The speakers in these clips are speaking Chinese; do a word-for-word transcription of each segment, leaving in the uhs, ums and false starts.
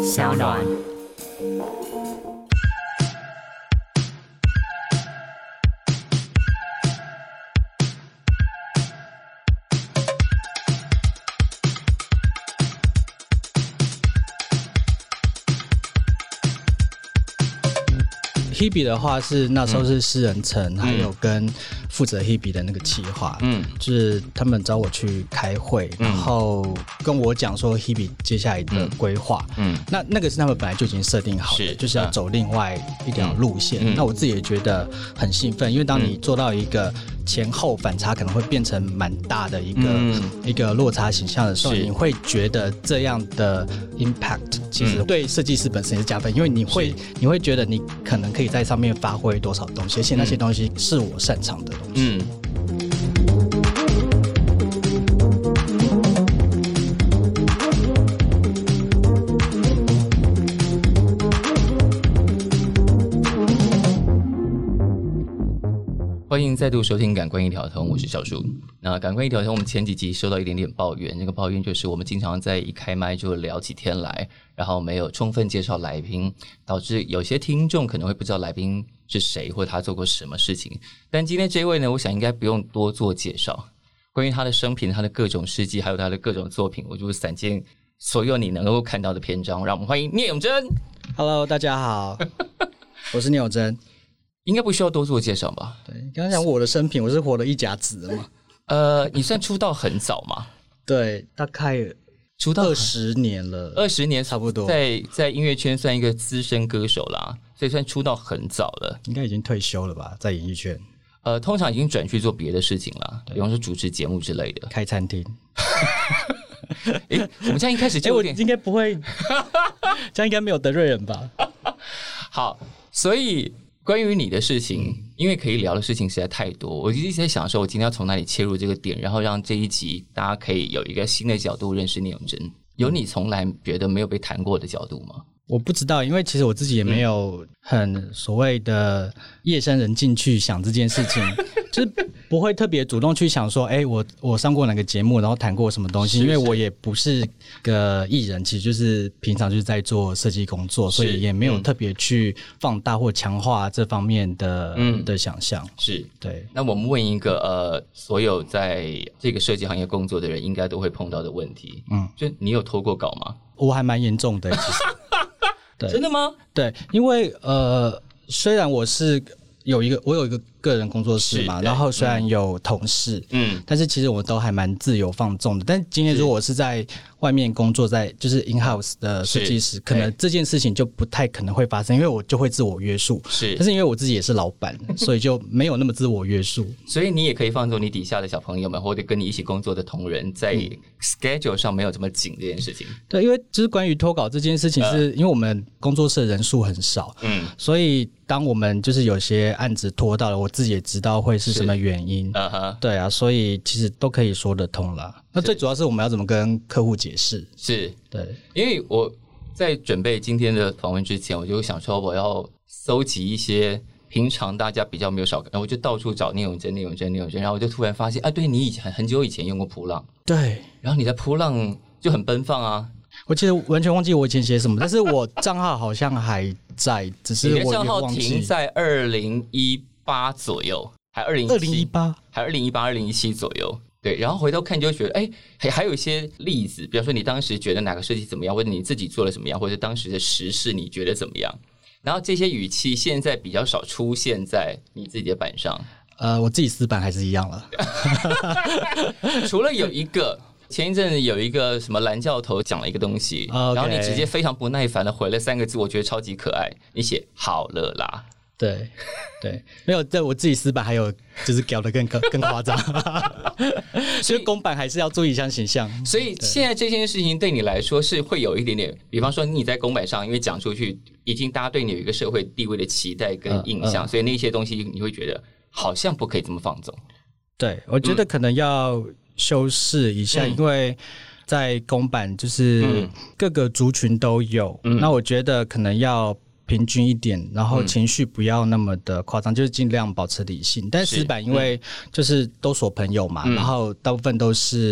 小暖。 Hebe 的话是那时候是诗人城、嗯、还有跟负责 Hebe 的那个企划，嗯，就是他们找我去开会，嗯、然后跟我讲说 Hebe 接下来的规划，嗯，那那个是他们本来就已经设定好的，是就是要走另外一条路线、嗯。那我自己也觉得很兴奋，因为当你做到一个前后反差可能会变成蛮大的一个、嗯、一个落差形象的时候，你会觉得这样的 impact 其实对设计师本身也是加分，因为你会你会觉得你可能可以在上面发挥多少东西，而且那些东西是我擅长的东西。嗯。 欢迎再度收听《感官一条通》，我是小树。那《感官一条通》，我们前几集收到一点点抱怨，那个抱怨就是我们经常在一开麦就聊起天来，然后没有充分介绍来宾，导致有些听众可能会不知道来宾是谁或他做过什么事情。但今天这位呢，我想应该不用多做介绍，关于他的生平、他的各种事迹，还有他的各种作品，我就散见所有你能够看到的篇章。让我们欢迎聂永真。 Hello， 大家好，我是聂永真。 应该不需要多做介绍吧？ 对，刚刚讲我的生平，我是活了一甲子的嘛。 呃，你算出道很早吗？ 对，大概出道二十年了， 二十年差不多， 在在音乐圈算一个资深歌手啦，所以算出道很早了。 应该已经退休了吧，在演艺圈。 呃，通常已经转去做别的事情了，比方说主持节目之类的， 开餐厅。 哎、欸，我们这样一开始就有点， 欸、我应该不会，这样应该没有得罪人吧？ 好，所以。关于你的事情，因为可以聊的事情实在太多，我一直在想说我今天要从哪里切入这个点，然后让这一集大家可以有一个新的角度认识聂永真。有你从来觉得没有被谈过的角度吗？ 我不知道，因为其实我自己也没有很所谓的夜深人静去想这件事情，就是不会特别主动去想说，哎、欸，我我上过哪个节目，然后谈过什么东西，因为我也不是个艺人，其实就是平常就是在做设计工作，所以也没有特别去放大或强化这方面的、嗯、的想象。是，对。 那我们问一个呃，所有在这个设计行业工作的人应该都会碰到的问题，嗯，就你有偷过稿吗？ 我还蛮严重的，其实。对， 真的吗？ 对，因为呃，虽然我是有一个我有一个个人工作室嘛，然后虽然有同事，嗯，但是其实我都还蛮自由放纵的。但今天如果我是在外面工作，在就是 in house 的设计师，可能这件事情就不太可能会发生，因为我就会自我约束。是，但是因为我自己也是老板，所以就没有那么自我约束。 所以你也可以放纵你底下的小朋友们，或者跟你一起工作的同仁，在 schedule 上没有这么紧这件事情。 对，因为就是关于脱稿这件事情是，是、呃、因为我们工作室的人数很少，嗯，所以当我们就是有些案子拖到了，我自己也知道会是什么原因，啊哈，对啊，所以其实都可以说得通啦。那最主要是我们要怎么跟客户解释？ 是， 对， 因为我在准备今天的访问之前，我就想说我要搜集一些平常大家比较没有少，然后我就到处找聂永真、聂永真、聂永真，然后我就突然发现啊，对，你以前很久以前用过噗浪， 对， 然后你的噗浪就很奔放啊。 我其实完全忘记我以前写什么，但是我账号好像还在，只是我你的账号停在二零一八左右，还二零二零一八， 还二零一八、二零一七左右。对，然后回头看就会觉得，哎，还还有一些例子，比方说你当时觉得哪个设计怎么样，或者你自己做了什么样，或者当时的时事你觉得怎么样，然后这些语气现在比较少出现在你自己的版上。 呃，我自己私版还是一样了。 除了有一个前一阵子有一个什么蓝教头讲了一个东西， okay. 然后你直接非常不耐烦的回了三个字，我觉得超级可爱，你写好了啦。 对对，没有，在我自己私版还有就是搞得更更夸张，所以公版还是要注意一下形象。 所以现在这件事情对你来说是会有一点点，比方说你在公版上，因为讲出去已经大家对你有一个社会地位的期待跟印象，嗯嗯、所以那些东西你会觉得好像不可以这么放纵。 对，我觉得可能要修饰一下，嗯、因为在公版就是各个族群都有，嗯、那我觉得可能要平均一点，然后情绪不要那么的夸张，嗯、就是尽量保持理性。但私版因为就是都说朋友嘛，嗯、然后大部分都是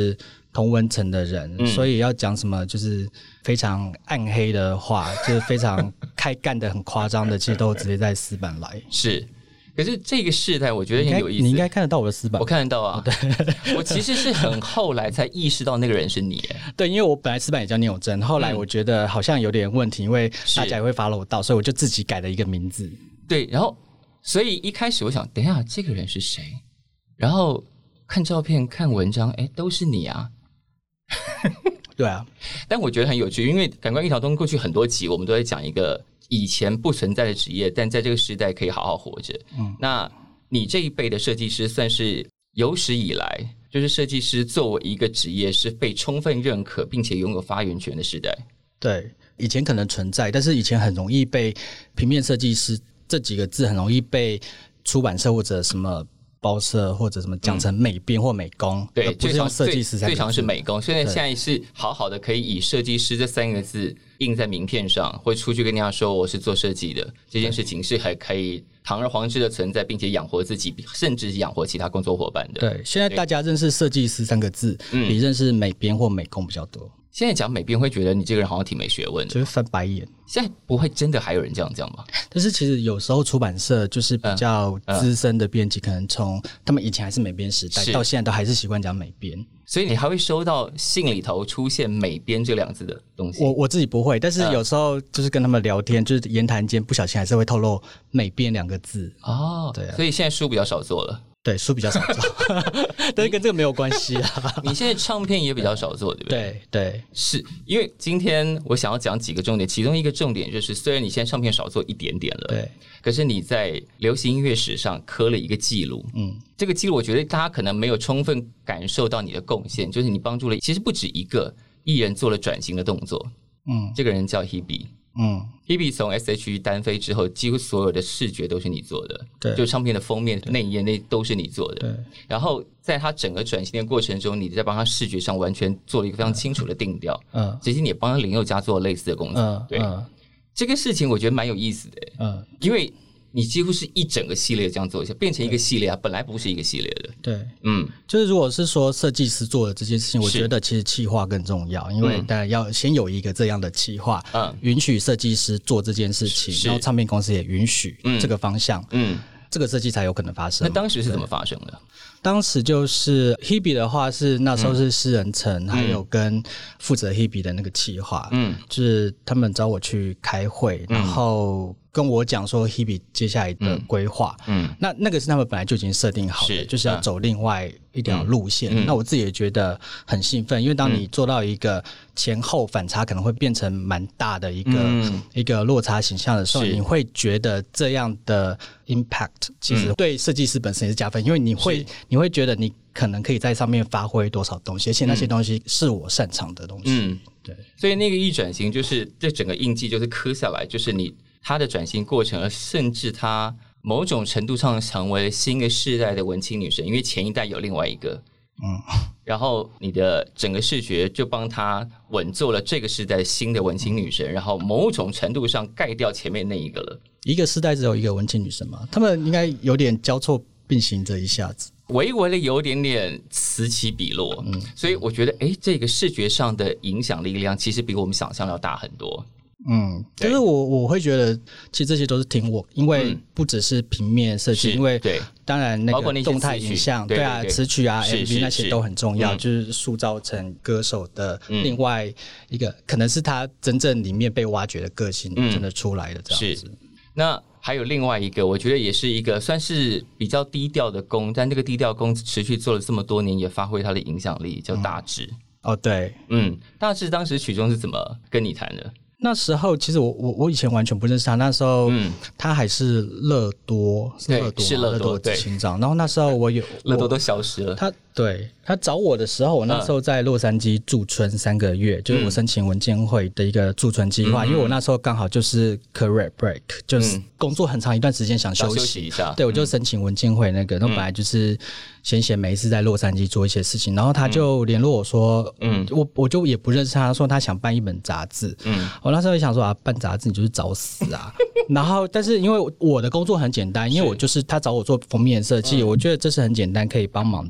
同温层的人、嗯，所以要讲什么就是非常暗黑的话，就是非常开干的很夸张的，其实都直接在死板来。 是。可是这个世代我觉得很有意思， 你应该看得到我的死板， 我看得到啊。对，我其实是很后来才意识到那个人是你。 对，因为我本来死板也叫聂永真，后来我觉得好像有点问题，因为大家也会 follow 到，所以我就自己改了一个名字。 对，然后所以一开始我想，等一下这个人是谁？然后看照片、看文章，哎，都是你啊。 对啊， 但我觉得很有趣，因为感官一条通过去很多集，我们都在讲一个以前不存在的职业，但在这个时代可以好好活着。嗯，那你这一辈的设计师算是有史以来，就是设计师作为一个职业是被充分认可并且拥有发言权的时代。 对，以前可能存在，但是以前很容易被平面设计师这几个字很容易被出版社或者什么包社或者什么讲成美编或美工、嗯、 对， 不是用设计师最常是美工。现在现在是好好的可以以设计师这三个字印在名片上，会出去跟人家说我是做设计的，这件事情是还可以堂而皇之的存在，并且养活自己，甚至养活其他工作伙伴的。 对，现在大家认识设计师三个字比认识美编或美工比较多。 现在讲美编会觉得你这个人好像挺没学问的， 就是翻白眼。 现在不会真的还有人这样讲吗？ 但是其实有时候出版社就是比较资深的编辑、嗯嗯、可能从他们以前还是美编时代到现在都还是习惯讲美编， 所以你还会收到信里头出现美编这两字的东西。 我我自己不会，但是有时候就是跟他们聊天、嗯、就是言谈间不小心还是会透露美编两个字。 哦，对、啊，所以现在书比较少做了。 对，书比较少做但是跟这个没有关系啊。 你现在唱片也比较少做，对不对？ 对对， 是因为今天我想要讲几个重点，其中一个重点就是虽然你现在唱片少做一点点了， 对， 可是你在流行音乐史上刻了一个记录。嗯，这个记录我觉得大家可能没有充分感受到你的贡献，就是你帮助了其实不止一个艺人做了转型的动作。嗯，这个人叫 Hebe。嗯 Hebe 从 S H E 单飞之后，几乎所有的视觉都是你做的，对，就唱片的封面、内页那都是你做的。对，然后在他整个转型的过程中，你在帮他视觉上完全做了一个非常清楚的定调。嗯，其实你也帮他林宥嘉做了类似的工作。嗯，对，嗯、这个事情我觉得蛮有意思的。嗯，因为你几乎是一整个系列这样做一下，变成一个系列啊，本来不是一个系列的。 对，嗯，就是如果是说设计师做的这件事情，我觉得其实企划更重要，因为当然要先有一个这样的企划，嗯，允许设计师做这件事情，然后唱片公司也允许这个方向，嗯，这个设计才有可能发生。 那当时是怎么发生的？ 当时就是 Hebe 的话是那时候是诗人城、嗯、还有跟负责 Hebe 的那个企划，嗯，就是他们找我去开会，然后跟我讲说 Hebe 接下来的规划，嗯，那那个是他们本来就已经设定好的，是就是要走另外一条路线、嗯嗯、那我自己也觉得很兴奋，因为当你做到一个前后反差可能会变成蛮大的一个、嗯、一个落差形象的时候，你会觉得这样的 impact 其实对设计师本身也是加分，因为你会你会觉得你可能可以在上面发挥多少东西，而且那些东西是我擅长的东西。嗯，对， 所以那个一转型就是这整个印记就是刻下来，就是你他的转型过程，而甚至他某种程度上成为了新的世代的文青女神，因为前一代有另外一个，嗯，然后你的整个视觉就帮他稳坐了这个世代新的文青女神，然后某种程度上盖掉前面那一个了。 一个世代只有一个文青女神嘛，他们应该有点交错并行这一下子。 微微的有点点此起彼落，嗯，所以我觉得，哎，这个视觉上的影响力量其实比我们想象要大很多。 嗯，就是我我会觉得，其实这些都是听我，因为不只是平面设计，因为对，当然那个动态影像，对啊，词曲啊 ，M V 那些都很重要，就是塑造成歌手的另外一个，可能是他真正里面被挖掘的个性真的出来的这样子。 那还有另外一个，我觉得也是一个算是比较低调的工，但这个低调工持续做了这么多年，也发挥它的影响力，叫大志。嗯、 哦，对， 嗯，大志当时曲中是怎么跟你谈的？ 那时候其实我我我以前完全不认识他，那时候、嗯、他还是乐多，是乐多， 是乐多执行长。然后那时候我有乐多都消失了， 他对他找我的时候，我那时候在洛杉矶驻村三个月，嗯、就是我申请文建会的一个驻村计划、嗯，因为我那时候刚好就是 career break， 就是工作很长一段时间想休息， 休息一下， 对，我就申请文建会那个，那、嗯、本来就是闲闲没事在洛杉矶做一些事情，然后他就联络我说，嗯，我我就也不认识他，他说他想办一本杂志，嗯，我那时候也想说啊，办杂志你就是找死啊，然后但是因为我的工作很简单，因为我就是他找我做封面设计，我觉得这是很简单可以帮忙的。嗯，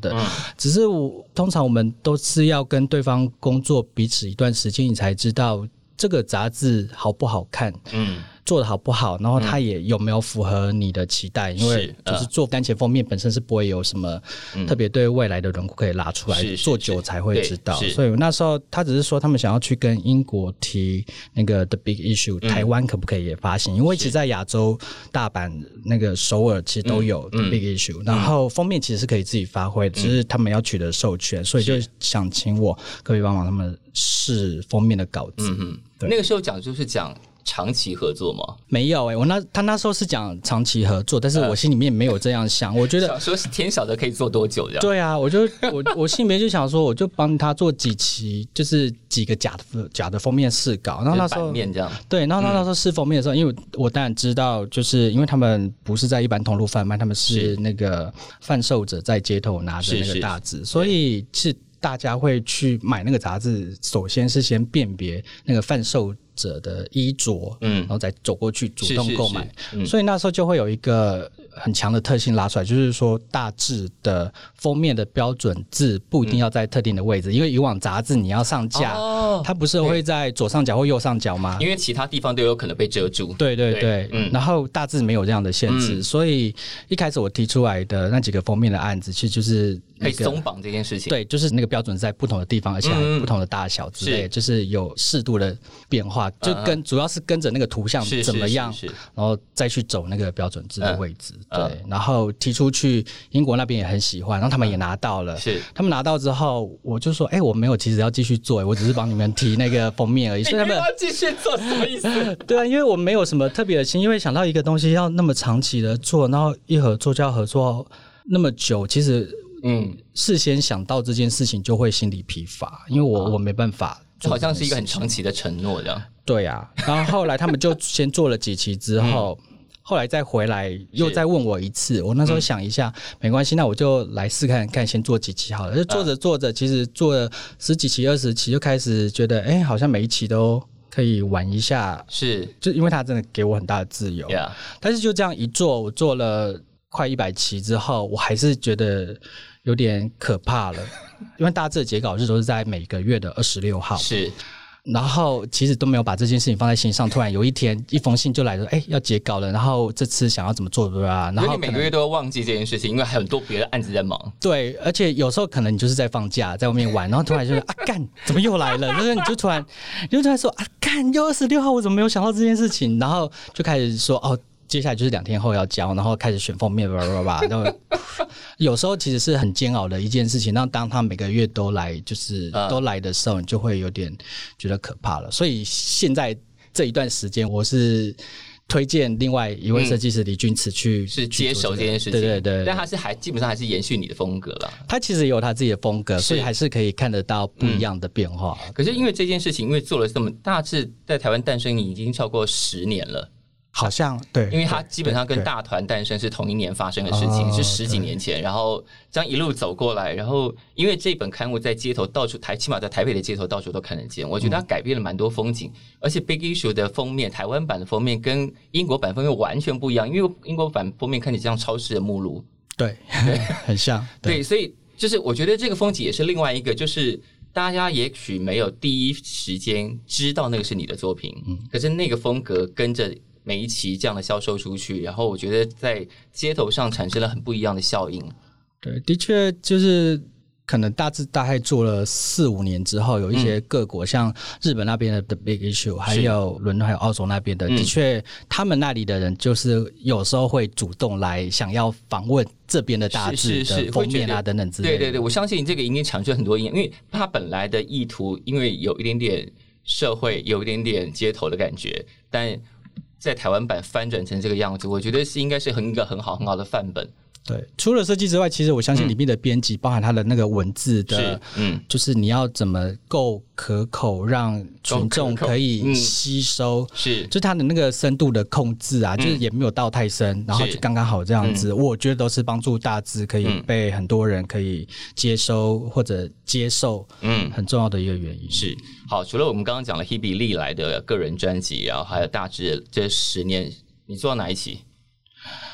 只是我通常我们都是要跟对方工作彼此一段时间，你才知道这个杂志好不好看，嗯，做的好不好，然后它也有没有符合你的期待，嗯、因为就是做单前封面本身是不会有什么特别对未来的轮廓可以拉出来，嗯、做久才会知道。所以那时候他只是说他们想要去跟英国提那个 The Big Issue，嗯、台湾可不可以也发行？因为其实在亚洲大阪、那个首尔其实都有 The Big Issue，嗯、然后封面其实是可以自己发挥，只是他们要取得授权，所以就想请我可不可以帮忙他们试封面的稿子。嗯那个时候讲就是讲长期合作吗？ 没有哎、欸，我那他那时候是讲长期合作，但是我心里面没有这样想。呃、我觉得想说天晓得可以做多久这样。 对啊，我就我我心里面就想说，我就帮他做几期，就是几个假的假的封面试稿。然后那时候版面这样。 对，然后那时候试封面的时候，嗯、因为我当然知道，就是因为他们不是在一般通路贩卖，他们是那个贩售者在街头拿着那个大纸，所以是。大家会去买那个杂志，首先是先辨别那个贩售者的衣着，嗯，然后再走过去主动购买，是是是嗯、所以那时候就会有一个很强的特性拉出来，就是说大致的封面的标准字不一定要在特定的位置，嗯、因为以往杂志你要上架，哦、它不是会在左上角或右上角吗？ 因为其他地方都有可能被遮住。 对对 对, 对、嗯，然后大致没有这样的限制，嗯、所以一开始我提出来的那几个封面的案子，其实就是、那个、 可以松绑这件事情。 对，就是那个标准在不同的地方，而且还有不同的大小之类，嗯、就是有适度的变化，就跟、嗯、主要是跟着那个图像怎么样，是是是是然后再去走那个标准字的位置。嗯、对，然后提出去英国那边也很喜欢，然后他们也拿到了。是，他们拿到之后，我就说，哎、欸，我没有，其实要继续做，我只是帮你们提那个封面而已。所以他们要继续做什么意思？ 对啊，因为我没有什么特别的心，因为想到一个东西要那么长期的做，然后一合作就要合作那么久，其实。嗯，事先想到这件事情就会心理疲乏，因为我、啊、我没办法做，好像是一个很长期的承诺这样。 对啊，然后后来他们就先做了几期之后，嗯、后来再回来又再问我一次，我那时候想一下，嗯、没关系，那我就来试看看，先做几期好了。就做着做着，其实做了十几期、二十期，就开始觉得，哎、欸，好像每一期都可以玩一下。是，就因为他真的给我很大的自由。Yeah. 但是就这样一做，我做了快一百期之后，我还是觉得。有点可怕了，因为大致的截稿日都是在每个月的二十六号，是，然后其实都没有把这件事情放在心上，突然有一天一封信就来说，哎、欸，要截稿了，然后这次想要怎么做对吧？然后你每个月都要忘记这件事情，因为还有很多别的案子在忙。 对，而且有时候可能你就是在放假，在外面玩，然后突然就说啊干，怎么又来了？就是你就突然，你就突然说啊干，又二十六号，我怎么没有想到这件事情？然后就开始说哦。接下来就是两天后要交，然后开始选封面，叭叭叭，然后有时候其实是很煎熬的一件事情。那当他每个月都来，就是都来的时候，你就会有点觉得可怕了。所以现在这一段时间，我是推荐另外一位设计师李君慈去、 嗯、是接手这件事情， 对对 对, 对， 但他是还基本上还是延续你的风格了。 他其实也有他自己的风格，所以还是可以看得到不一样的变化。 嗯、可是因为这件事情，因为做了这么大致在台湾诞生已经超过十年了。 好像对， 因为它基本上跟大团诞生是同一年发生的事情，是十几年前，然后这样一路走过来，然后因为这本刊物在街头到处台，起码在台北的街头到处都看得见，我觉得它改变了蛮多风景，而且 Big Issue 的封面，台湾版的封面跟英国版封面完全不一样，因为英国版封面看起来像超市的目录， 对，很像， 对，对，所以就是我觉得这个风景也是另外一个，就是大家也许没有第一时间知道那个是你的作品，嗯，可是那个风格跟着每一期这样的销售出去，然后我觉得在街头上产生了很不一样的效应。 对，的确就是可能大致大概做了四五年之后，有一些各国、嗯、像日本那边的 The Big Issue， 还有伦敦还有澳洲那边的，的确他们那里的人就是有时候会主动来想要访问这边的大致的封面啊等等之类的。 对对对，我相信这个已经产生很多因，因为他本来的意图，因为有一点点社会，有一点点街头的感觉，但在台湾版翻转成这个样子，我觉得是应该是很一个很好很好的范本。 对，除了设计之外，其实我相信里面的编辑、嗯、包含它的那个文字的，嗯，就是你要怎么够可口，让群众可以吸收，嗯、是，就是它的那个深度的控制啊，嗯、就是也没有到太深，然后就刚刚好这样子，我觉得都是帮助大致可以被很多人可以接收或者接受，嗯，很重要的一个原因。 是，好，除了我们刚刚讲了 Hebe 历来的个人专辑，然后还有大致这十年，你做到哪一期？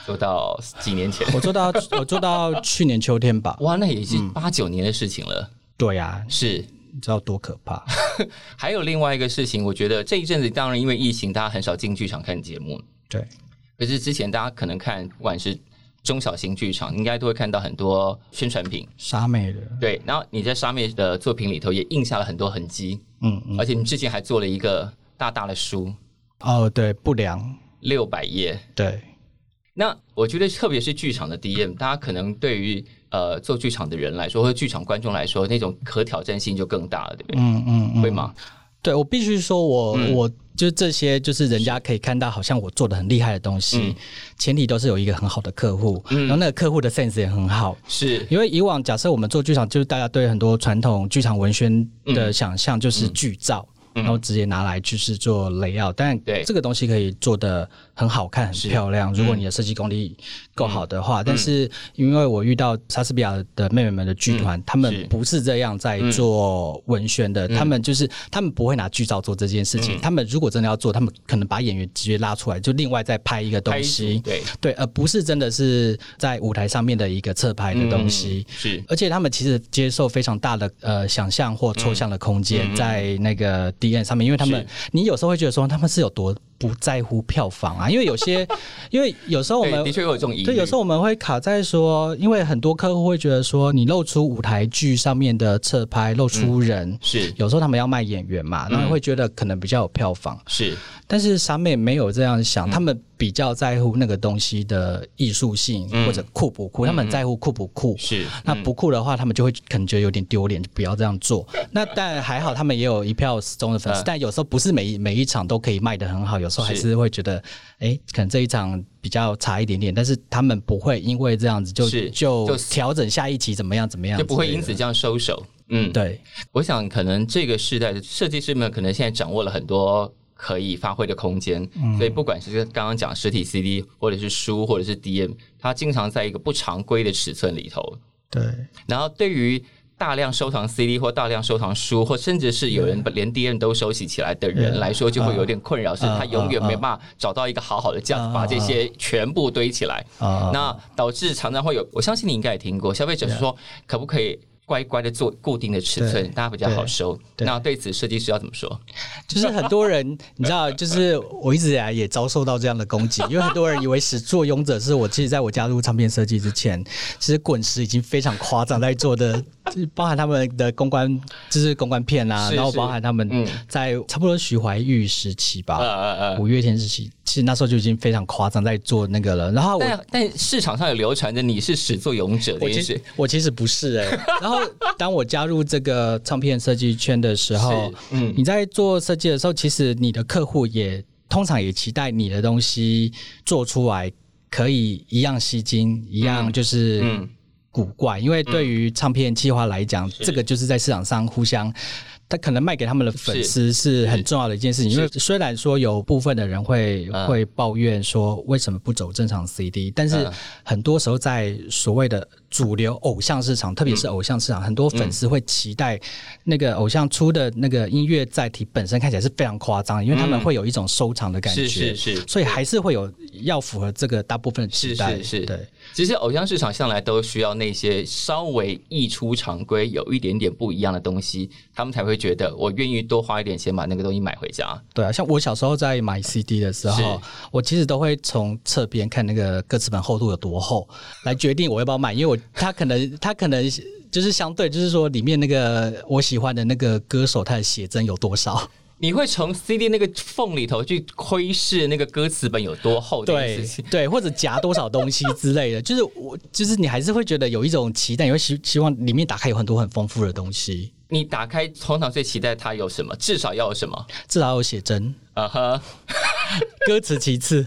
做到几年前？ 我做到我做到去年秋天吧。 哇，那也是八九年的事情了。 对啊， 是。 你知道多可怕？ 还有另外一个事情，我觉得这一阵子当然因为疫情，大家很少进剧场看节目。 对。 可是之前大家可能看，不管是中小型剧场，应该都会看到很多宣传品。 莎妹的。 对，然后你在莎妹的作品里头也印下了很多痕迹。嗯嗯。而且你之前还做了一个大大的书。 哦，对，不良六百页。 对。 那我觉得特别是剧场的 D M， 大家可能对于呃做剧场的人来说，或者剧场观众来说，那种可挑战性就更大了，对不对？嗯嗯嗯，会吗？ 对，我必须说我、嗯、我就这些就是人家可以看到好像我做的很厉害的东西、嗯、前提都是有一个很好的客户、嗯、然后那个客户的 sense 也很好。 是因为以往假设我们做剧场，就是大家对很多传统剧场文宣的想象就是剧照、嗯、然后直接拿来就是做layout，但这个东西可以做的很好看很漂亮，如果你的设计功力够好的话、嗯、但是因为我遇到莎士比亚的妹妹们的剧团、嗯、他们不是这样在做文宣的、嗯、他们就是他们不会拿剧照做这件事情、嗯、他们如果真的要做，他们可能把演员直接拉出来就另外再拍一个东西，对对，而不是真的是在舞台上面的一个侧拍的东西、嗯、是，而且他们其实接受非常大的呃想象或抽象的空间、嗯、在那个 D M 上面，因为他们你有时候会觉得说他们是有多不在乎票房啊，因为有些因为有时候我们的确有这种疑虑， 对，有时候我们会卡在说，因为很多客户会觉得说你露出舞台剧上面的侧拍，露出人、嗯、是有时候他们要卖演员嘛，然后会觉得可能比较有票房，是，但是莎妹没有这样想、嗯、他们比较在乎那个东西的艺术性、嗯、或者酷不酷、嗯、他们很在乎酷不酷，是，那不酷的话他们就会可能觉得有点丢脸，就不要这样做。那但还好他们也有一票死忠的粉丝、嗯、但有时候不是每每一场都可以卖得很好，有时候还是会觉得哎，可能这一场比较差一点点，但是他们不会因为这样子就就调整下一期怎么样怎么样， 就不会因此这样收手。嗯，对，我想可能这个世代的设计师们可能现在掌握了很多可以发挥的空间、嗯、所以不管是刚刚讲实体 C D 或者是书或者是 D M， 它经常在一个不常规的尺寸里头。对，然后对于大量收藏 C D 或大量收藏书，或甚至是有人连 D M 都收集起来的人来说，就会有点困扰，是他永远没办法找到一个好好的架子，把这些全部堆起来。那导致常常会有，我相信你应该也听过，消费者是说可不可以乖乖的做固定的尺寸，大家比较好收。那对此设计师要怎么说？ 就是很多人你知道，就是我一直以来也遭受到这样的攻击，因为很多人以为始作俑者是我。其实在我加入唱片设计之前，其实滚石已经非常夸张在做的，包含他们的公关，就是公关片啊，然后包含他们在差不多徐怀钰时期吧，嗯、五月天时期，其实那时候就已经非常夸张在做那个了。然后我但, 但市场上有流传着你是始作俑者这件事， 我其实不是哎、欸。然后当我加入这个唱片设计圈的时候，嗯，你在做设计的时候，其实你的客户也通常也期待你的东西做出来可以一样吸睛，一样就是古怪，嗯嗯、因为对于唱片企划来讲，这个就是在市场上互相。他可能卖给他们的粉丝是很重要的一件事情，因为虽然说有部分的人会、嗯、会抱怨说为什么不走正常 C D， 但是很多时候在所谓的主流偶像市场，特别是偶像市场、嗯、很多粉丝会期待那个偶像出的那个音乐载体本身看起来是非常夸张，因为他们会有一种收藏的感觉，是是是，所以还是会有要符合这个大部分的期待，是是是，对。 其实偶像市场向来都需要那些稍微异出常规、有一点点不一样的东西，他们才会觉得我愿意多花一点钱把那个东西买回家。 对啊，像我小时候在买 C D 的时候，我其实都会从侧边看那个歌词本厚度有多厚，来决定我要不要买，因为我他可能他可能就是相对就是说里面那个我喜欢的那个歌手他的写真有多少。 你会从 C D 那个缝里头去窥视那个歌词本有多厚这件事情， 对对，或者夹多少东西之类的，就是我就是你还是会觉得有一种期待，你会希希望里面打开有很多很丰富的东西。 你打开通常最期待它有什么？至少要有什么？ 至少有写真，啊哈，歌词其次。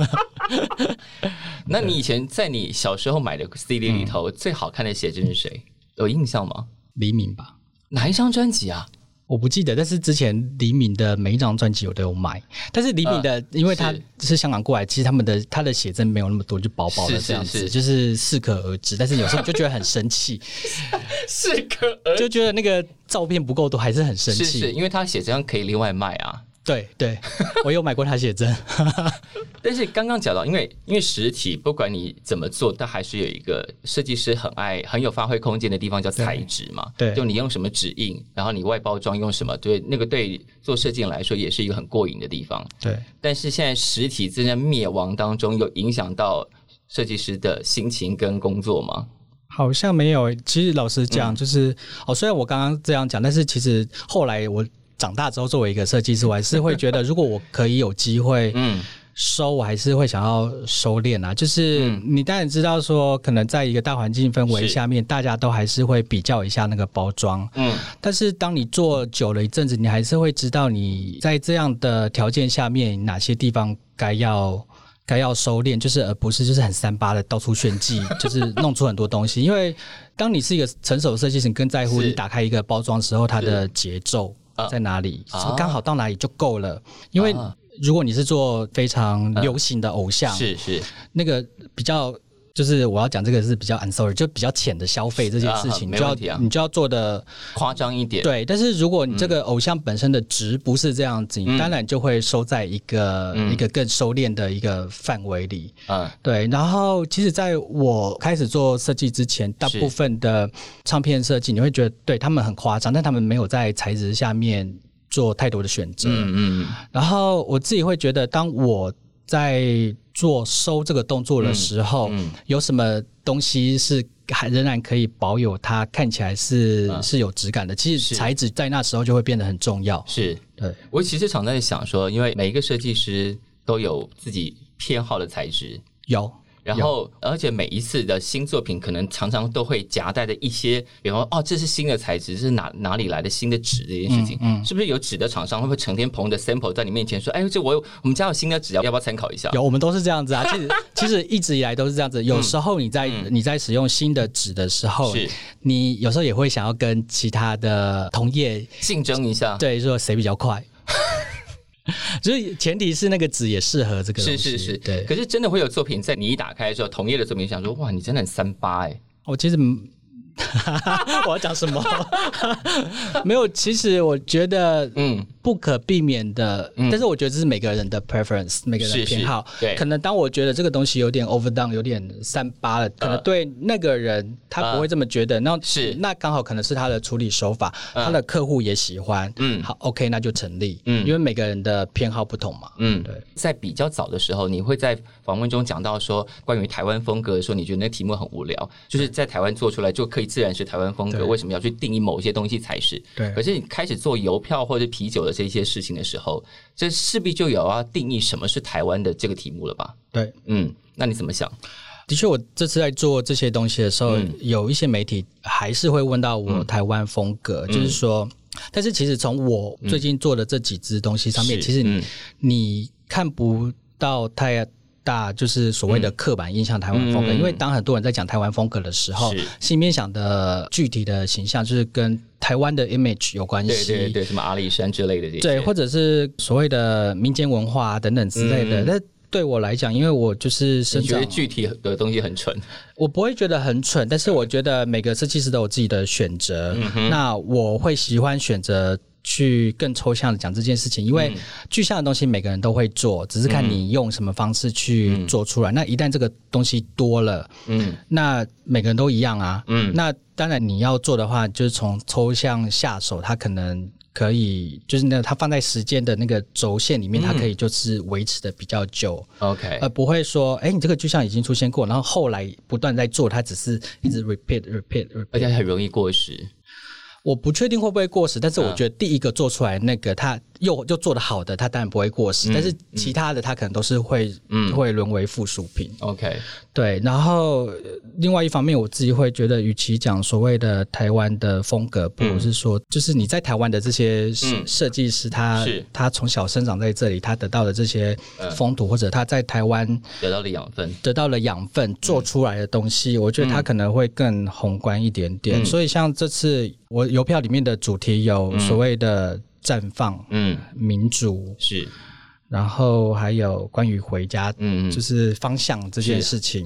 那你以前在你小时候买的 C D 里头、嗯、最好看的写真是谁？有印象吗？ 黎明吧。 哪一张专辑啊？ 我不记得，但是之前黎明的每一张专辑我都有买，但是黎明的、呃、因为他是香港过来，其实他们的他的写真没有那么多，就薄薄的这样子，是是是就是适可而止，但是有时候就觉得很生气， 适可而止， 就觉得那个照片不够多，还是很生气， 是是，因为他写真可以另外卖啊。 对对，我有买过他写真。 但是刚刚讲到，因为因为实体不管你怎么做，但还是有一个设计师很爱很有发挥空间的地方，叫材质嘛。 对， 就你用什么纸印，然后你外包装用什么，对，那个对做设计来说也是一个很过瘾的地方。 对，但是现在实体正在灭亡当中，有影响到设计师的心情跟工作吗？ 好像没有。其实老实讲，就是、嗯、哦，虽然我刚刚这样讲，但是其实后来我长大之后，作为一个设计师，我还是会觉得，如果我可以有机会收，我还是会想要收敛啊。就是你当然知道说，可能在一个大环境氛围下面，大家都还是会比较一下那个包装。嗯，但是当你做久了一阵子，你还是会知道你在这样的条件下面，哪些地方该要。该要收敛，就是而不是就是很三八的到处炫技，就是弄出很多东西。因为当你是一个成熟的设计师，你更在乎你打开一个包装的时候，它的节奏在哪里，刚好到哪里就够了。因为如果你是做非常流行的偶像，是是那个比较。就是我要讲这个是比较 I'm sorry 就比较浅的消费这件事情，你就要你就要做的夸张一点。 对，但是如果你这个偶像本身的值不是这样子，嗯、你当然就会收在一个、嗯、一个更收敛的一个范围里。嗯，对。然后其实在我开始做设计之前，大部分的唱片设计你会觉得对他们很夸张，但他们没有在材质下面做太多的选择。嗯嗯。然后我自己会觉得，当我在做收这个动作的时候、嗯嗯、有什么东西是还仍然可以保有它看起来是、嗯、是有质感的，其实材质在那时候就会变得很重要。 是， 对。 我其实常在想说，因为每一个设计师都有自己偏好的材质， 有。 然后而且每一次的新作品可能常常都会夹带着一些，比方说哦这是新的材质，这是哪哪里来的新的纸这件事情、嗯嗯、是不是有纸的厂商会不会成天捧着 sample 在你面前说，哎这我有我们家有新的纸，要不要参考一下？ 有，我们都是这样子啊。其实其实一直以来都是这样子。有时候你在、嗯、你在使用新的纸的时候，你有时候也会想要跟其他的同业竞争一下， 对，说谁比较快。就是前提是那个纸也适合这个东西， 是是是， 对。 可是真的会有作品在你一打开的时候，同业的作品想说，哇，你真的很三八哎。 我其实我要讲什么？没有，其实我觉得，嗯，不可避免的、嗯，但是我觉得这是每个人的 preference， 每个人的偏好。是是，对，可能当我觉得这个东西有点 overdone， 有点三八了，可能对那个人他不会这么觉得。那、呃、是那刚好可能是他的处理手法，呃、他的客户也喜欢。嗯，好 ，OK， 那就成立。嗯，因为每个人的偏好不同嘛。嗯，对。 在比较早的时候，你会在访问中讲到说，关于台湾风格的时候，你觉得那题目很无聊，就是在台湾做出来就可以自然是台湾风格，为什么要去定义某些东西才是？对。可是你开始做邮票或者啤酒的这些事情的时候，这势必就有要定义什么是台湾的这个题目了吧？ 对， 嗯，那你怎么想？ 的确，我这次在做这些东西的时候、嗯，有一些媒体还是会问到我台湾风格，嗯、就是说，但是其实从我最近做的这几支东西上面，嗯、其实你、嗯、你看不到太大就是所谓的刻板印象台湾风格、嗯，因为当很多人在讲台湾风格的时候，心里面想的具体的形象就是跟台湾的 image 有关系， 对对对，什么阿里山之类的这些， 对，或者是所谓的民间文化等等之类的。那、嗯、对我来讲，因为我就是生长， 你觉得具体的东西很蠢？ 我不会觉得很蠢，但是我觉得每个设计师都有自己的选择、嗯。那我会喜欢选择去更抽象的讲这件事情，因为具象的东西每个人都会做，只是看你用什么方式去做出来。嗯、那一旦这个东西多了，嗯，那每个人都一样啊，嗯，那当然你要做的话，就是从抽象下手，它可能可以就是那它放在时间的那个轴线里面，它可以就是维持的比较久 ，OK， 而不会说，哎、欸，你这个具象已经出现过，然后后来不断在做，它只是一直 repeat repeat repeat， 而且很容易过时。 我不确定会不会过时，但是我觉得第一个做出来那个他又又做得好的，他当然不会过时、嗯、但是其他的他可能都是会、嗯、会沦为附属品。 OK， 对。然后另外一方面我自己会觉得，与其讲所谓的台湾的风格，不如是说、嗯、就是你在台湾的这些设计师，他他从小生长在这里，他得到的这些风土、嗯、或者他在台湾得到了养分得到了养分做出来的东西、嗯、我觉得他可能会更宏观一点点、嗯、所以像这次我邮票里面的主题有所谓的绽放、嗯，民主是，然后还有关于回家，嗯，就是方向这件事情。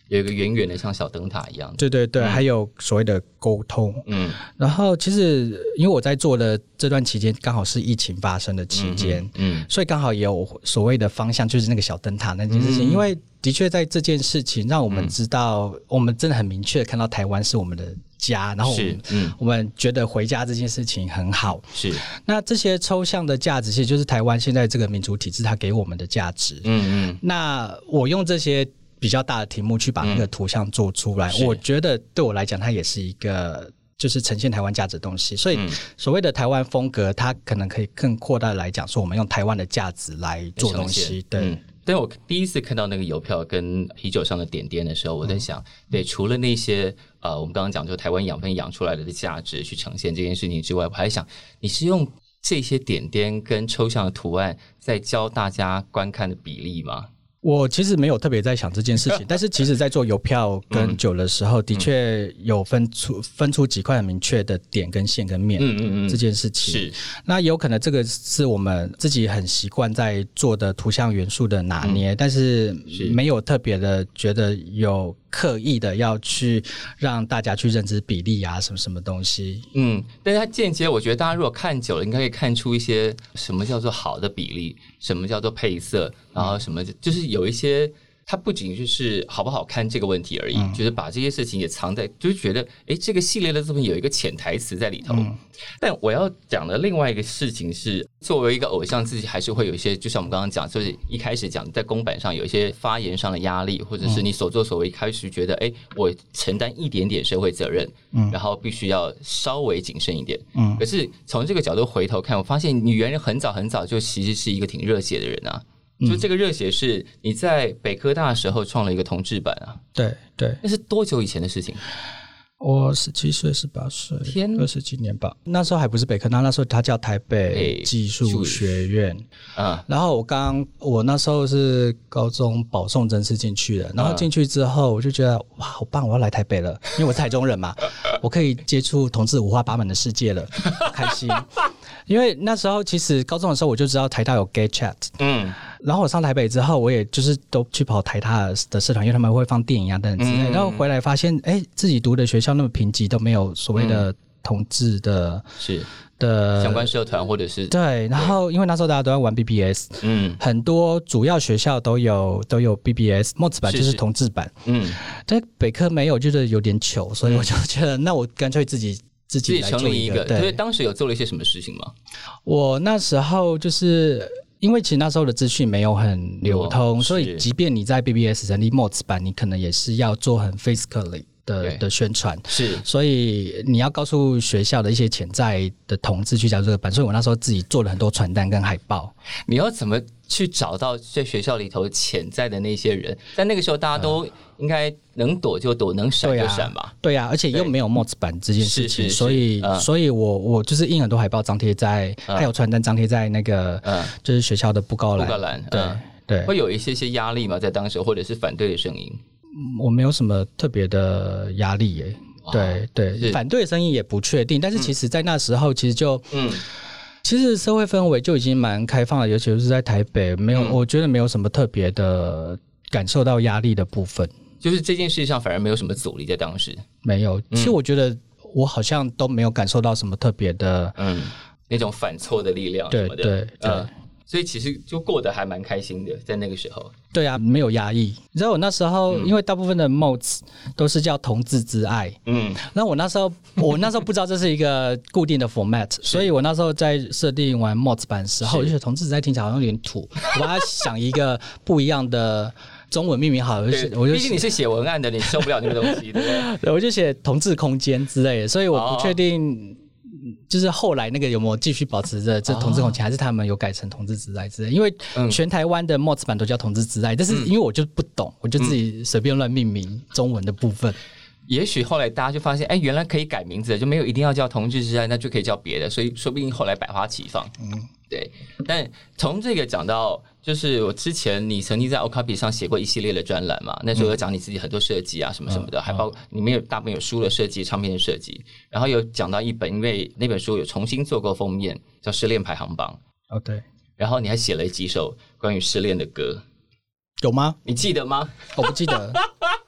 有一个圆圆的像小灯塔一样的。 对对对、嗯、还有所谓的沟通。嗯，然后其实因为我在做的这段期间刚好是疫情发生的期间， 嗯, 嗯，所以刚好也有所谓的方向，就是那个小灯塔那件事情、嗯、因为的确在这件事情让我们知道、嗯、我们真的很明确的看到台湾是我们的家，然后我们, 嗯、我们觉得回家这件事情很好。是，那这些抽象的价值其实就是台湾现在这个民主体制它给我们的价值。嗯嗯，那我用这些比较大的题目去把那个图像做出来、嗯、我觉得对我来讲它也是一个就是呈现台湾价值的东西，所以所谓的台湾风格它可能可以更扩大来讲说我们用台湾的价值来做东西。对、嗯， 但我第一次看到那个邮票跟啤酒上的点点的时候，我在想、嗯、对，除了那些呃我们刚刚讲就台湾养分养出来的价值去呈现这件事情之外，我还想你是用这些点点跟抽象的图案在教大家观看的比例吗？ 我其实没有特别在想这件事情，但是其实在做邮票跟酒的时候、嗯、的确有分出分出几块很明确的点跟线跟面、嗯嗯嗯、这件事情。是，那有可能这个是我们自己很习惯在做的图像元素的拿捏、嗯、但是没有特别的觉得有刻意的要去让大家去认知比例啊什么什么东西。 嗯，但是它间接我觉得大家如果看久了应该可以看出一些什么叫做好的比例，什么叫做配色，然后什么就是有一些它不仅就是好不好看这个问题而已、嗯、就是把这些事情也藏在，就是觉得诶这个系列的作品有一个潜台词在里头、嗯、但我要讲的另外一个事情是作为一个偶像自己还是会有一些就像我们刚刚讲就是一开始讲在公版上有一些发言上的压力，或者是你所作所为开始觉得诶我承担一点点社会责任、嗯、然后必须要稍微谨慎一点、嗯、可是从这个角度回头看，我发现你原来很早很早就其实是一个挺热血的人啊，就这个热血是你在北科大的时候创了一个同志版啊。 对对， 那是多久以前的事情？ 我十七岁十八岁，天，二十几年吧。那时候还不是北科大，那时候它叫台北技术学院、欸、然后我刚我那时候是高中保送甄试进去的，然后进去之后我就觉得哇好棒，我要来台北了，因为我是台中人嘛我可以接触同志五花八门的世界了开心。因为那时候其实高中的时候我就知道台大有 gay chat， 嗯，然后我上台北之后我也就是都去跑台大的社团，因为他们会放电影啊等等之类、嗯、然后回来发现哎，自己读的学校那么贫瘠，都没有所谓的同志的、嗯、是的相关社团或者是对，然后因为那时候大家都在玩 B B S， 嗯，很多主要学校都有都有 B B S， 墨子版就是同志版，嗯，但北科没有，就是有点糗，所以我就觉得、嗯、那我干脆自己自己来做成立一个。对，所以当时有做了一些什么事情吗？ 我那时候就是因为其实那时候的资讯没有很流通、哦、所以即便你在 B B S 成立 Mods 版，你可能也是要做很 physically 的, 的宣传，是，所以你要告诉学校的一些潜在的同志去加入这个版，所以我那时候自己做了很多传单跟海报。 你要怎么去找到在学校里头潜在的那些人？在那个时候大家都应该能躲就躲，能闪就闪吧。 对啊，而且又没有 Mods 版这件事情，是是是，所以、嗯、所以我我就是印很多海报张贴在、嗯、还有传单张贴在那个、嗯、就是学校的布告栏。 布告栏， 对、嗯、对， 会有一些些压力吗？在当时或者是反对的声音？ 我没有什么特别的压力耶，对对，反对的声音也不确定，但是其实在那时候其实就嗯。其实社会氛围就已经蛮开放了，尤其是在台北，没有、嗯，我觉得没有什么特别的感受到压力的部分。 就是这件事上反而没有什么阻力在当时。 没有，其实我觉得我好像都没有感受到什么特别的， 嗯，那种反错的力量什么的。 对对对。 嗯，所以其实就过得还蛮开心的，在那个时候。 对啊，没有压抑。你知道我那时候、嗯、因为大部分的 mods 都是叫同志之爱，嗯，那我那时候我那时候不知道这是一个固定的 format， 所以我那时候在设定完 mods 版的时候，我就觉得同志之爱听起来好像有点土，我把它想一个不一样的中文命名好了，我就毕竟你是写文案的，你受不了那个东西，对不对？ 对，我就写同志空间之类的，所以我不确定。哦，就是后来那个有没有继续保持着这同志空间、哦、还是他们有改成同志之爱之类，因为全台湾的 mods 版都叫同志之爱、嗯、但是因为我就不懂、嗯、我就自己随便乱命名中文的部分。 也许后来大家就发现哎，原来可以改名字的，就没有一定要叫同志之爱，那就可以叫别的，所以说不定后来百花齐放。嗯，对。但从这个讲到就是我之前你曾经在 Okapi 上写过一系列的专栏嘛，那时候有讲你自己很多设计啊什么什么的、嗯、还包括里面有大部分有书的设计唱片的设计，然后有讲到一本因为那本书有重新做过封面叫失恋排行榜。 哦对， 然后你还写了几首关于失恋的歌。 有吗？ 你记得吗？ 我不记得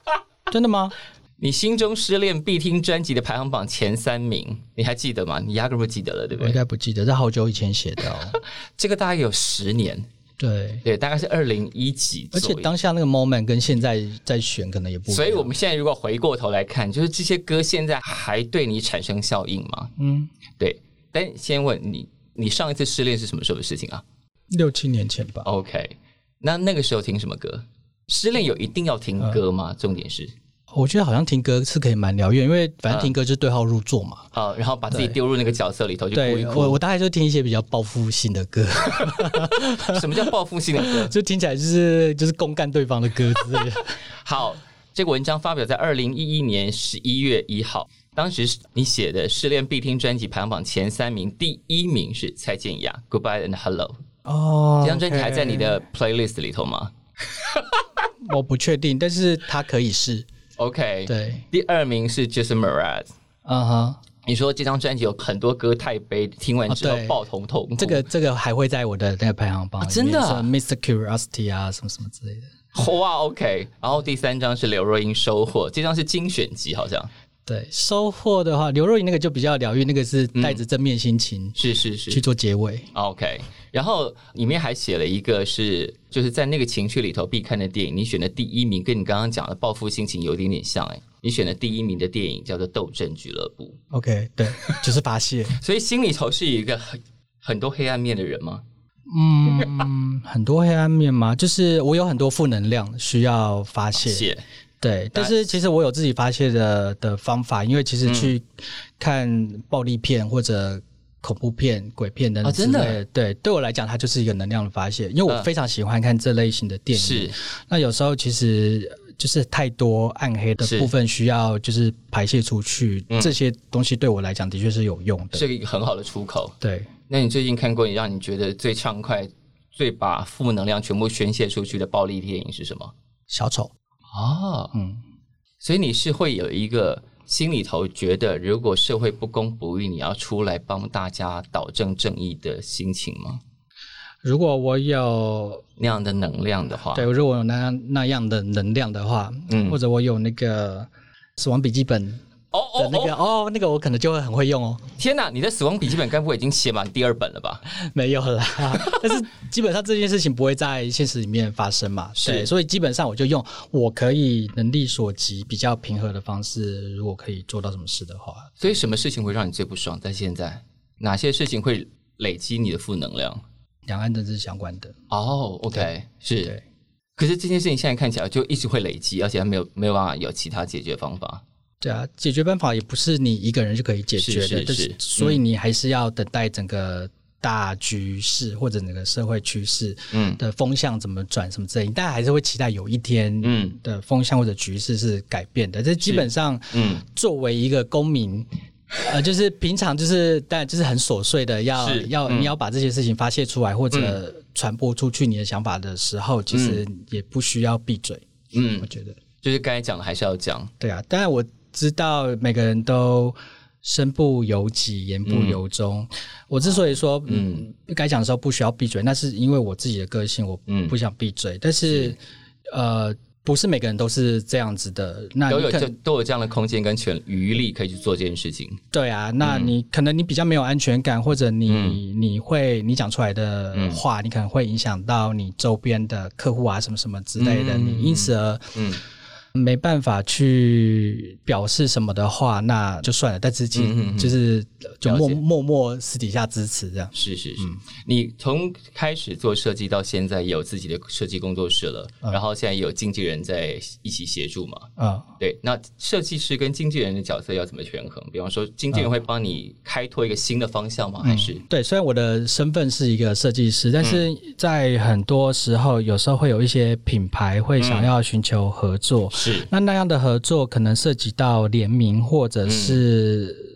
真的吗？ 你心中失恋必听专辑的排行榜前三名，你还记得吗？你压根不记得了，对不对？ 我应该不记得，这好久以前写的哦。 这个大概有十年。 对对，大概是二零一几， 而且当下那个 moment 跟现在在选可能也不一样， 所以我们现在如果回过头来看，就是这些歌现在还对你产生效应吗？嗯，对。但先问你，你上一次失恋是什么时候的事情啊？ 六七年前吧。 OK， 那那个时候听什么歌？失恋有一定要听歌吗？呃、重点是。 我觉得好像听歌是可以蛮疗愈，因为反正听歌就是对号入座嘛。 啊、嗯，然后把自己丢入那个角色里头去哭一哭。 对，我我大概就听一些比较报复性的歌。 什么叫报复性的歌？ 就听起来就是就是公干对方的歌之类的。 好，这个文章发表在二零一一年十一月一号，当时你写的失恋必听专辑排行榜前三名，第一名是蔡健雅 Goodbye and Hello。哦，这张专辑还在你的 playlist 里头吗？ 我不确定，但是它可以是。 OK， 对， 第二名是 Jason Mraz。嗯哼，你说这张专辑有很多歌太悲，听完之后爆痛痛苦。 这个这个还会在我的那个排行榜里面、啊、 真的、啊、 ，Mister Curiosity 啊，什么什么之类的。 哇 ，OK。然后第三张是刘若英收获，这张是精选集好像。 对，收获的话，刘若英那个就比较疗愈，那个是带着正面心情、嗯， 是是是， 去做结尾。 OK， 然后里面还写了一个是，就是在那个情绪里头必看的电影，你选的第一名跟你刚刚讲的报复心情有一点点像哎、欸，你选的第一名的电影叫做《斗阵俱乐部》。 OK， 对，就是发泄。 所以心里头是一个很很多黑暗面的人吗？ 嗯，很多黑暗面吗？就是我有很多负能量需要发泄。发泄对，但是其实我有自己发泄的的方法，因为其实去看暴力片或者恐怖片、鬼片等等之类的、哦、真的对，对我来讲它就是一个能量的发泄，因为我非常喜欢看这类型的电影。是，那有时候其实就是太多暗黑的部分需要就是排泄出去，这些东西对我来讲的确是有用的， 是一个很好的出口。 对， 那你最近看过你让你觉得最畅快、最把负能量全部宣泄出去的暴力电影是什么？ 小丑。 哦，嗯，所以你是会有一个心里头觉得，如果社会不公不义，你要出来帮大家导正正义的心情吗？ 如果我有那样的能量的话， 对，如果我有那那样的能量的话，嗯，或者我有那个死亡笔记本。哦哦，那个哦，那个我可能就会很会用哦。 天哪，你的死亡笔记本该不会已经写满第二本了吧？ 没有啦，但是基本上这件事情不会在现实里面发生嘛。对，所以基本上我就用我可以能力所及比较平和的方式，如果可以做到什么事的话。 所以什么事情会让你最不爽？在现在哪些事情会累积你的负能量？ 两岸政治相关的。 哦 ，OK， 是。对。可是这件事情现在看起来就一直会累积，而且还没有没有办法有其他解决方法。 对啊，解决办法也不是你一个人就可以解决的，是是是，所以你还是要等待整个大局势或者整个社会趋势的风向怎么转什么之类的，大家还是会期待有一天的风向或者局势是改变的。这基本上，嗯，作为一个公民，呃，就是平常就是当然就是很琐碎的要，要要、嗯、你要把这些事情发泄出来或者传播出去你的想法的时候，其实也不需要闭嘴。嗯，我觉得就是该讲的还是要讲。 对啊，当然我知道每个人都身不由己言不由衷、嗯、我之所以说嗯该讲的时候不需要闭嘴，那是因为我自己的个性，我不想闭嘴、嗯、但是, 是呃不是每个人都是这样子的，那都有都有这样的空间跟权余力可以去做这件事情。 对啊，那你、嗯、可能你比较没有安全感，或者你、嗯、你会你讲出来的话、嗯、你可能会影响到你周边的客户啊什么什么之类的、嗯、你因此而嗯没办法去表示什么的话，那就算了。但是其实就是就默默默私底下支持这样。 是是是、嗯，你从开始做设计到现在也有自己的设计工作室了、嗯，然后现在也有经纪人在一起协助嘛。嗯，对。那设计师跟经纪人的角色要怎么权衡？比方说，经纪人会帮你开拓一个新的方向吗？嗯、还是对？虽然我的身份是一个设计师，但是在很多时候，有时候会有一些品牌会想要寻求合作。嗯是，那那样的合作可能涉及到联名或者是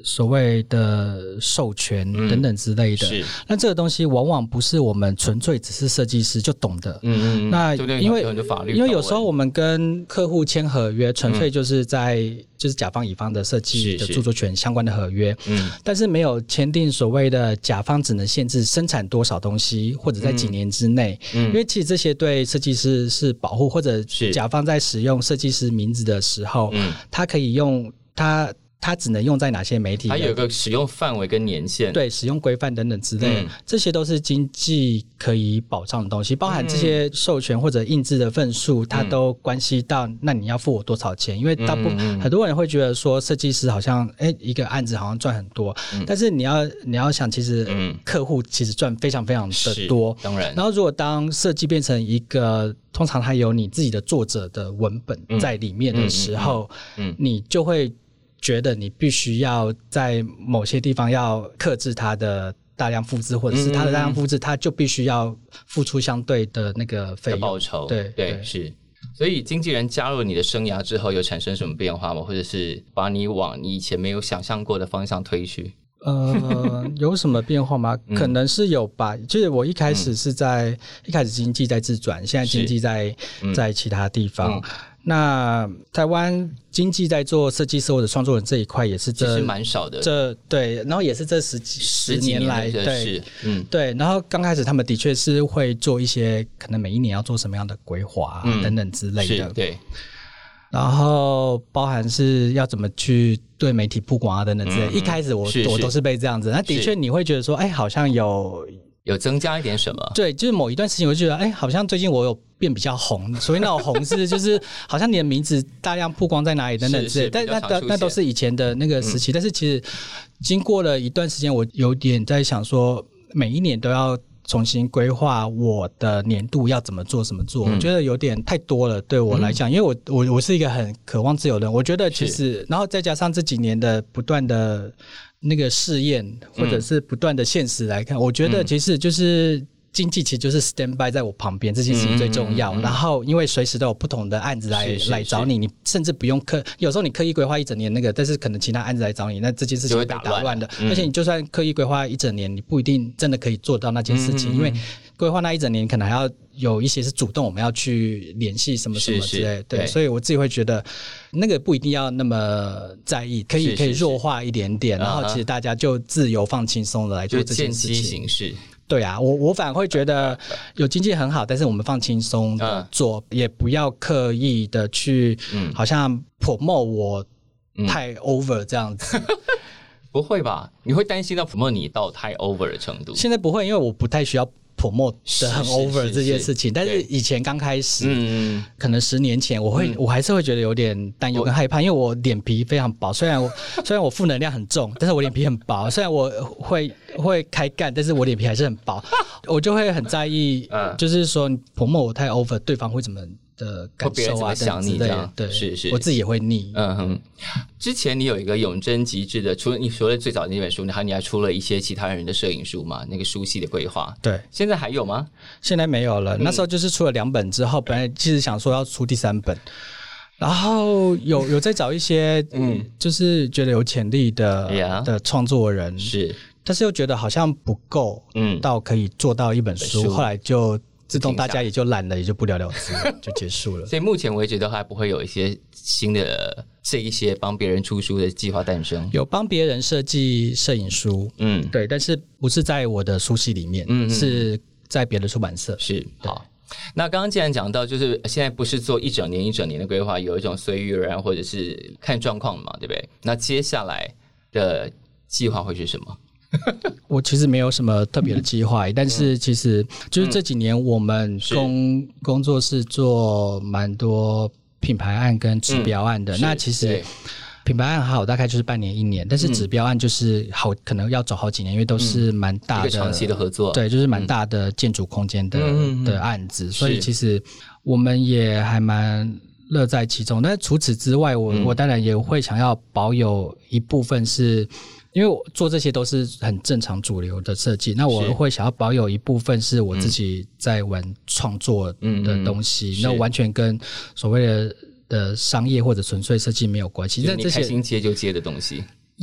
所谓的授权等等之类的。是，那这个东西往往不是我们纯粹只是设计师就懂的。嗯嗯。那因为因为有时候我们跟客户签合约，纯粹就是在、嗯、就是甲方乙方的设计的著作权相关的合约。嗯。但是没有签订所谓的甲方只能限制生产多少东西，或者在几年之内。嗯。因为其实这些对设计师是保护，或者甲方在使用设计师名字的时候，嗯，他可以用他。它只能用在哪些媒体？ 它有一个使用范围跟年限， 对，使用规范等等之类的、嗯，这些都是经济可以保障的东西，包含这些授权或者印制的份数，它都关系到那你要付我多少钱？因为大部分、嗯、很多人会觉得说设计师好像哎、欸、一个案子好像赚很多、嗯，但是你要你要想，其实客户其实赚非常非常的多， 当然。 然后如果当设计变成一个通常它有你自己的作者的文本在里面的时候，嗯嗯嗯、你就会觉得你必须要在某些地方要克制它的大量复制，或者是它的大量复制，它就必须要付出相对的那个费用报酬。 对对, 对是。所以经纪人加入你的生涯之后，有产生什么变化吗？或者是把你往你以前没有想象过的方向推去？ 呃，有什么变化吗？可能是有吧。就是我一开始是在、嗯、一开始经纪在自转，现在经纪在、嗯、在其他地方。嗯那台湾经纪在做设计师或者创作人这一块也是这其实蛮少的， 这对，然后也是这十几十年来对，嗯，对，然后刚开始他们的确是会做一些可能每一年要做什么样的规划、啊嗯、等等之类的， 对。 然后包含是要怎么去对媒体曝光啊等等之类的、嗯，一开始我我都是被这样子，那的确你会觉得说，哎，好像有。 有增加一点什么？ 对，就是某一段时间我就觉得，哎，好像最近我有变比较红，所以那种红是就是好像你的名字大量曝光在哪里等等之类的，但那那都是以前的那个时期、嗯。但是其实经过了一段时间，我有点在想说，每一年都要重新规划我的年度要怎么做怎么做、嗯，我觉得有点太多了对我来讲，嗯、因为我我我是一个很渴望自由的人，我觉得其实，然后再加上这几年的不断的。那个试验或者是不断的现实来看、嗯、我觉得其实就是经纪其实就是 stand by 在我旁边，这件事情最重要、嗯嗯嗯、然后因为随时都有不同的案子来来找你，你甚至不用刻有时候你刻意规划一整年那个，但是可能其他案子来找你，那这件事情会被打乱的、嗯、而且你就算刻意规划一整年，你不一定真的可以做到那件事情、嗯嗯嗯、因为规划那一整年可能还要有一些是主动我们要去联系什么什么之类的，对，对，所以我自己会觉得那个不一定要那么在意，可以是是是可以弱化一点点，然后其实大家就自由放轻松的来做这件事情，就见机行事。对啊，我我反而会觉得有经济很好，但是我们放轻松的做、嗯，也不要刻意的去，嗯，好像 promote 我太 over 这样子。嗯不会吧？你会担心到 promote 你到太 over 的程度？现在不会，因为我不太需要 promote 的很 over 这件事情。但是以前刚开始，嗯，可能十年前，我会、嗯、我还是会觉得有点担忧跟害怕，因为我脸皮非常薄。虽然我虽然我负能量很重，但是我脸皮很薄。虽然我会会开干，但是我脸皮还是很薄。我就会很在意，嗯、就是说你 promote 我太 over， 对方会怎么的感受啊？想你这样，对，是是，我自己也会腻。嗯哼。之前你有一个永贞极致的，除了你除了最早的那本书，然后你还出了一些其他人的摄影书嘛？那个书系的规划，对，现在还有吗？现在没有了。嗯、那时候就是出了两本之后，本来其实想说要出第三本，然后有有在找一些嗯，就是觉得有潜力的、yeah. 的创作人，是，但是又觉得好像不够，嗯，到可以做到一本书，后来就。自动大家也就懒了，也就不了了之了，就结束了。所以目前为止的话，不会有一些新的这一些帮别人出书的计划诞生。有帮别人设计摄影书，嗯，对，但是不是在我的书系里面，嗯，是在别的出版社。是，好。那刚刚既然讲到，就是现在不是做一整年一整年的规划，有一种随遇而安或者是看状况嘛，对不对？那接下来的计划会是什么？我其实没有什么特别的计划、嗯，但是其实就是这几年我们工、嗯、工作室做蛮多品牌案跟指标案的。嗯、那其实品牌案好大概就是半年一年，但是指标案就是好可能要走好几年，因为都是蛮大的、嗯、一个长期的合作，对，就是蛮大的建筑空间的、嗯、的案子，所以其实我们也还蛮乐在其中。但是除此之外，我、嗯、我当然也会想要保有一部分是。因为我做这些都是很正常主流的设计，那我会想要保有一部分是我自己在玩创作的东西，那、嗯嗯、完全跟所谓的的商业或者纯粹设计没有关系。就是你开心接就接的东西。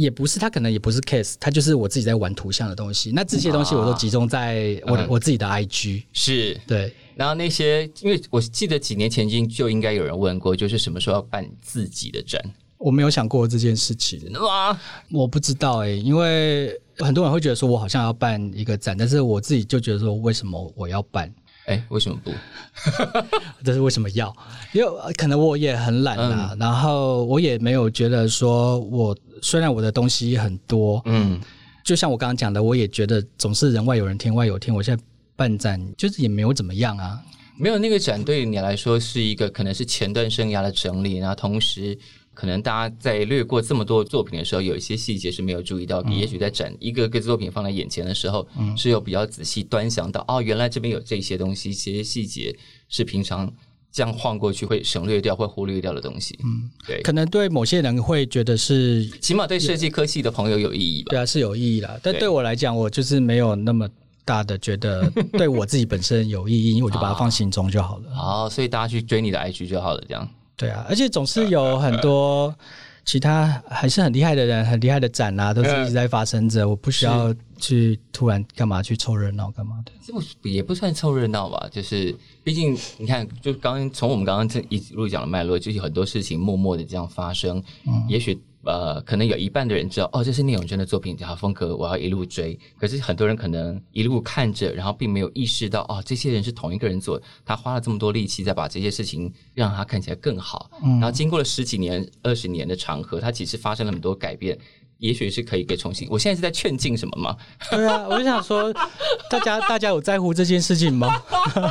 也不是，它可能也不是 case， 它就是我自己在玩图像的东西。那这些东西我都集中在我的、嗯、我自己的 I G。是，对。 然后那些，因为我记得几年前就应该有人问过，就是什么时候要办自己的展？ 我没有想过这件事情。哇，我不知道哎、欸，因为很多人会觉得说我好像要办一个展，但是我自己就觉得说为什么我要办？ 哎，为什么不？ 这是为什么要？因为可能我也很懒啦、嗯，然后我也没有觉得说我虽然我的东西很多，嗯，就像我刚刚讲的，我也觉得总是人外有人天外有天。我现在办展就是也没有怎么样啊， 没有那个展对你来说是一个可能是前段生涯的整理，然后同时。可能大家在略过这么多作品的时候，有一些细节是没有注意到的、嗯、也许在展一个个作品放在眼前的时候、嗯、是有比较仔细端详到哦，原来这边有这些东西，这些细节是平常这样晃过去会省略掉会忽略掉的东西。嗯，对， 可能对某些人会觉得是起码对设计科系的朋友有意义吧。 对啊，是有意义啦，但对我来讲我就是没有那么大的觉得对我自己本身有意义，因为我就把它放心中就好了。 好、哦，所以大家去追你的 I G 就好了，这样。 对啊，而且总是有很多其他还是很厉害的人、很厉害的展啊，都是一直在发生着。我不需要去突然干嘛去凑热闹干嘛的。 这也不算凑热闹吧，就是毕竟你看，就刚刚从我们刚刚这一路讲的脉络，就是很多事情默默的这样发生，嗯、也许。呃，可能有一半的人知道哦，这是聂永真的作品，这套风格我要一路追。可是很多人可能一路看着，然后并没有意识到哦，这些人是同一个人做，他花了这么多力气在把这些事情让他看起来更好。嗯、然后经过了十几年、二十年的长河，他其实发生了很多改变。也许是可以给重新。我现在是在劝进什么吗？ 对啊，我就想说，大家大家有在乎这件事情吗？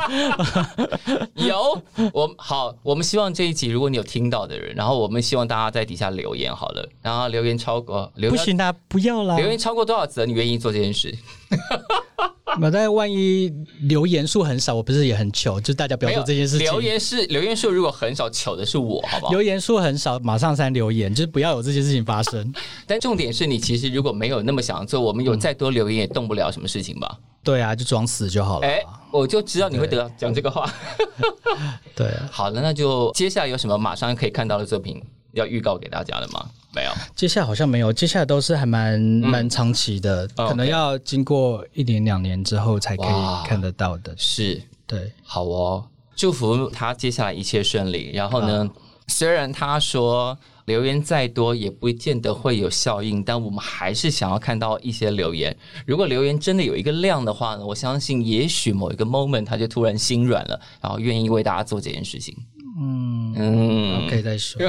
有，我好，我们希望这一集，如果你有听到的人，然后我们希望大家在底下留言好了，然后留言超过，留不行啊，不要啦， 留言超过多少则，你愿意做这件事？ 但万一留言数很少，我不是也很糗？就大家不要做这件事情。 留言是留言数如果很少，糗的是我，好不好？ 留言数很少，马上删留言，就是不要有这件事情发生。 但重点是你其实如果没有那么想做，我们有再多留言也动不了什么事情吧？嗯、 对啊，就装死就好了。哎、欸， 我就知道你会得讲这个话。 对啊， 好了，那就接下来有什么马上可以看到的作品要预告给大家的吗？没有， 接下来好像没有，接下来都是还蛮蛮、嗯、长期的，可能要经过一年两年之后才可以看得到的。 是， 对， 好哦，祝福他接下来一切顺利。然后呢，虽然他说留言再多也不见得会有效应，但我们还是想要看到一些留言。如果留言真的有一个量的话呢，我相信也许某一个 moment 他就突然心软了，然后愿意为大家做这件事情。嗯嗯 ，OK， 再说。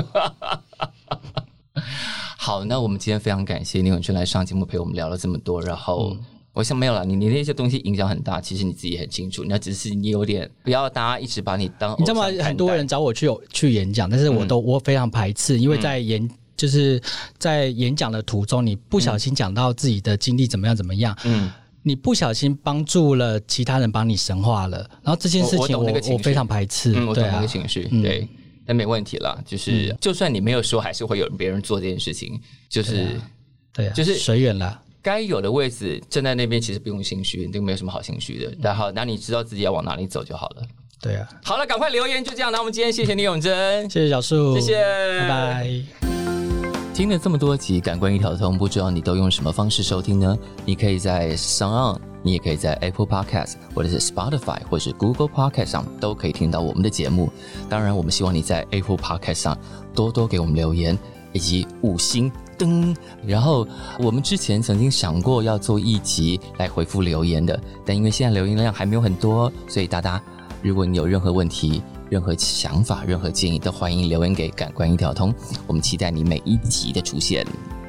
好，那我们今天非常感谢聂永真来上节目陪我们聊了这么多，然后、嗯、我想没有啦，你你那些东西影响很大，其实你自己也很清楚，那只是你有点不要大家一直把你当偶像看待。 你知道吗？很多人找我去去演讲，但是我都、嗯、我非常排斥，因为在演、嗯、就是在演讲的途中，你不小心讲到自己的经历怎么样怎么样，嗯，你不小心帮助了其他人，帮你神化了，然后这件事情 我 我, 我, 我非常排斥， 嗯，我懂那个情绪，对、啊。嗯但没问题啦，就是、嗯、就算你没有说，还是会有别人做这件事情，就是对啊，对啊， 就是随缘啦。 该有的位置站在那边，其实不用心虚，这个没有什么好心虚的。然后，那你知道自己要往哪里走就好了。 对啊， 好了，赶快留言，就这样。那我们今天谢谢聂永真， 谢谢小树， 谢谢， 拜拜。 听了这么多集《感官一条通》，不知道你都用什么方式收听呢？你可以在 SoundOn， 你也可以在 Apple Podcast 或者是 Spotify 或者是 Google Podcast 上都可以听到我们的节目。当然，我们希望你在 Apple Podcast 上多多给我们留言以及五星灯。然后，我们之前曾经想过要做一集来回复留言的，但因为现在留言量还没有很多，所以大家如果你有任何问题、任何想法、任何建议，都欢迎留言给感官一条通。我们期待你每一集的出现。